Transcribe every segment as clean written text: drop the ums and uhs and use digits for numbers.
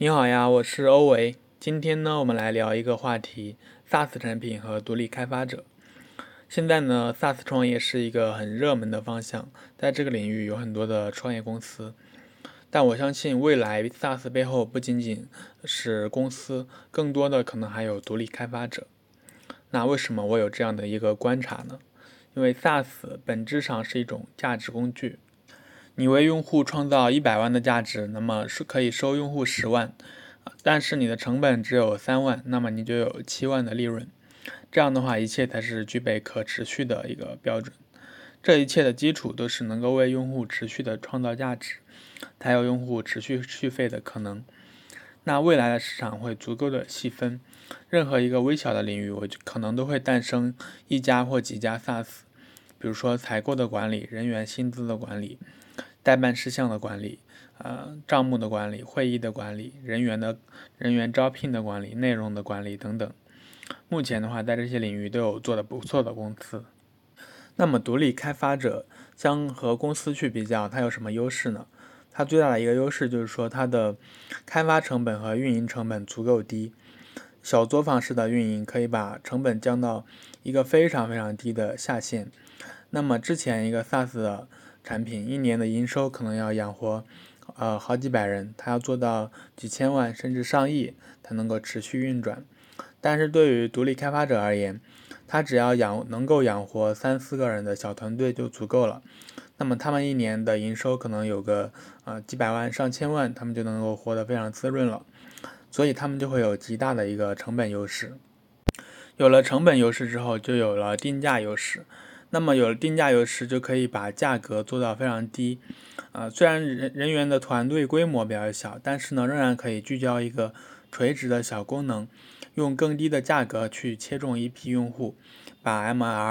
你好呀，我是欧维。今天呢，我们来聊一个话题：SaaS 产品和独立开发者。现在呢，SaaS 创业是一个很热门的方向，在这个领域有很多的创业公司。但我相信未来 SaaS 背后不仅仅是公司，更多的可能还有独立开发者。那为什么我有这样的一个观察呢？因为 SaaS 本质上是一种价值工具，你为用户创造100万的价值，那么是可以收用户10万，但是你的成本只有3万，那么你就有7万的利润。这样的话，一切才是具备可持续的一个标准。这一切的基础都是能够为用户持续的创造价值，才有用户持续续费的可能。那未来的市场会足够的细分，任何一个微小的领域，我可能都会诞生一家或几家 SaaS，比如说采购的管理、人员薪资的管理、代办事项的管理、账目的管理、会议的管理、人员招聘的管理、内容的管理等等。目前的话，在这些领域都有做得不错的公司。那么，独立开发者将和公司去比较，它有什么优势呢？它最大的一个优势就是说，它的开发成本和运营成本足够低。小作坊式的运营可以把成本降到一个非常非常低的下限。那么之前一个 SaaS 的产品一年的营收可能要养活好几百人，它要做到几千万甚至上亿才能够持续运转。但是对于独立开发者而言，他只要能够养活3-4个人的小团队就足够了。那么他们一年的营收可能有个几百万上千万，他们就能够活得非常滋润了。所以他们就会有极大的一个成本优势。有了成本优势之后，就有了定价优势。那么有了定价优势，就可以把价格做到非常低。虽然人员的团队规模比较小，但是呢，仍然可以聚焦一个垂直的小功能，用更低的价格去切中一批用户，把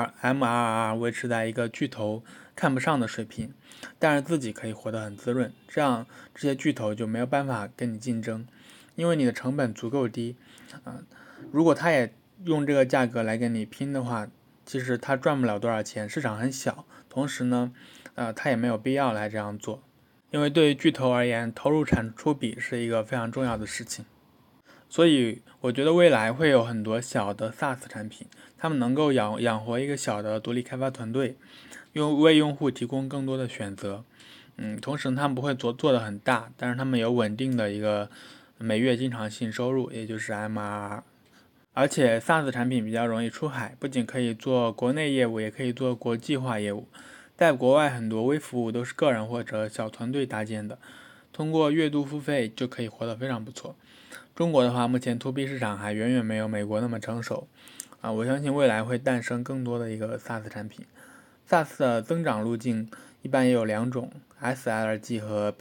MRR 维持在一个巨头看不上的水平，但是自己可以活得很滋润。这样这些巨头就没有办法跟你竞争，因为你的成本足够低。如果他也用这个价格来跟你拼的话，其实他赚不了多少钱，市场很小。同时呢，他也没有必要来这样做，因为对于巨头而言，投入产出比是一个非常重要的事情。所以我觉得未来会有很多小的 SaaS 产品，他们能够养活一个小的独立开发团队，为用户提供更多的选择。同时他们不会做得很大，但是他们有稳定的一个每月经常性收入，也就是 MRR。而且 SaaS 产品比较容易出海，不仅可以做国内业务，也可以做国际化业务。在国外，很多微服务都是个人或者小团队搭建的，通过月度付费就可以活得非常不错。中国的话，目前 To B 市场还远远没有美国那么成熟。我相信未来会诞生更多的一个 SaaS 产品。SaaS 的增长路径一般也有两种 ：SLG 和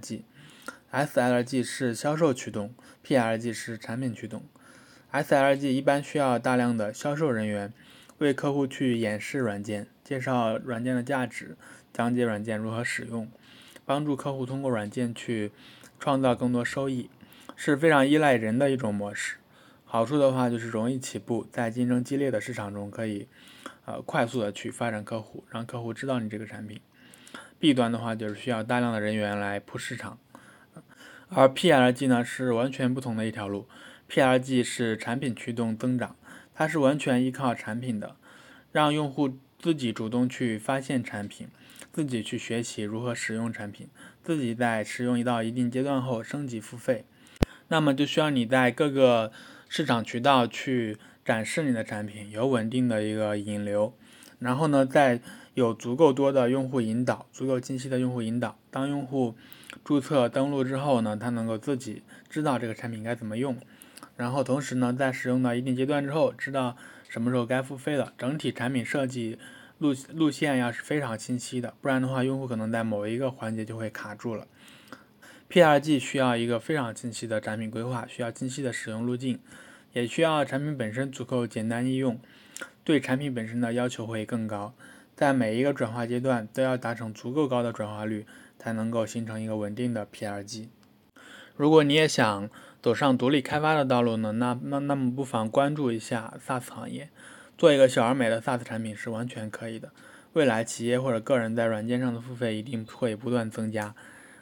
PLG。SLG 是销售驱动 ，PLG 是产品驱动。SLG 一般需要大量的销售人员为客户去演示软件，介绍软件的价值，讲解软件如何使用，帮助客户通过软件去创造更多收益，是非常依赖人的一种模式。好处的话就是容易起步，在竞争激烈的市场中可以快速的去发展客户，让客户知道你这个产品。弊端的话就是需要大量的人员来铺市场。而 PLG 呢是完全不同的一条路。PLG 是产品驱动增长，它是完全依靠产品的，让用户自己主动去发现产品，自己去学习如何使用产品，自己在使用到一定阶段后升级付费。那么就需要你在各个市场渠道去展示你的产品，有稳定的一个引流，然后呢，再有足够多的用户引导，足够清晰的用户引导。当用户注册登录之后呢，他能够自己知道这个产品该怎么用，然后同时呢，在使用到一定阶段之后，知道什么时候该付费了。整体产品设计路线要是非常清晰的，不然的话，用户可能在某一个环节就会卡住了。PLG 需要一个非常清晰的产品规划，需要清晰的使用路径，也需要产品本身足够简单易用，对产品本身的要求会更高，在每一个转化阶段都要达成足够高的转化率，才能够形成一个稳定的 PLG。如果你也想走上独立开发的道路呢，那么不妨关注一下 SaaS 行业，做一个小而美的 SaaS 产品是完全可以的。未来企业或者个人在软件上的付费一定会不断增加，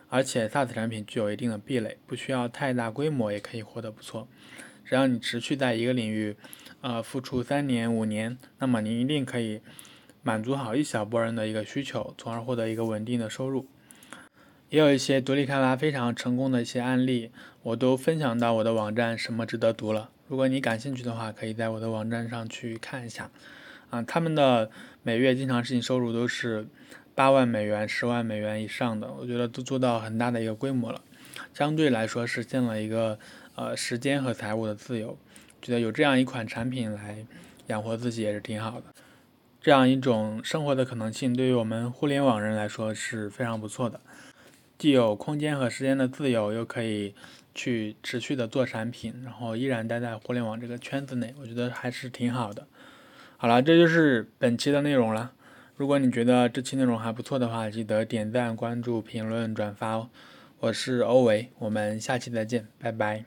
而且 SaaS 产品具有一定的壁垒，不需要太大规模也可以活得不错。只要你持续在一个领域，付出3年、5年，那么你一定可以满足好一小波人的一个需求，从而获得一个稳定的收入。也有一些独立开发非常成功的一些案例，我都分享到我的网站什么值得读了。如果你感兴趣的话，可以在我的网站上去看一下。他们的每月经常性收入都是8万美元、10万美元以上的，我觉得都做到很大的一个规模了，相对来说实现了一个时间和财务的自由。觉得有这样一款产品来养活自己也是挺好的。这样一种生活的可能性，对于我们互联网人来说是非常不错的，既有空间和时间的自由，又可以去持续的做产品，然后依然待在互联网这个圈子内，我觉得还是挺好的。好了，这就是本期的内容了。如果你觉得这期内容还不错的话，记得点赞、关注、评论、转发哦。我是欧维，我们下期再见，拜拜。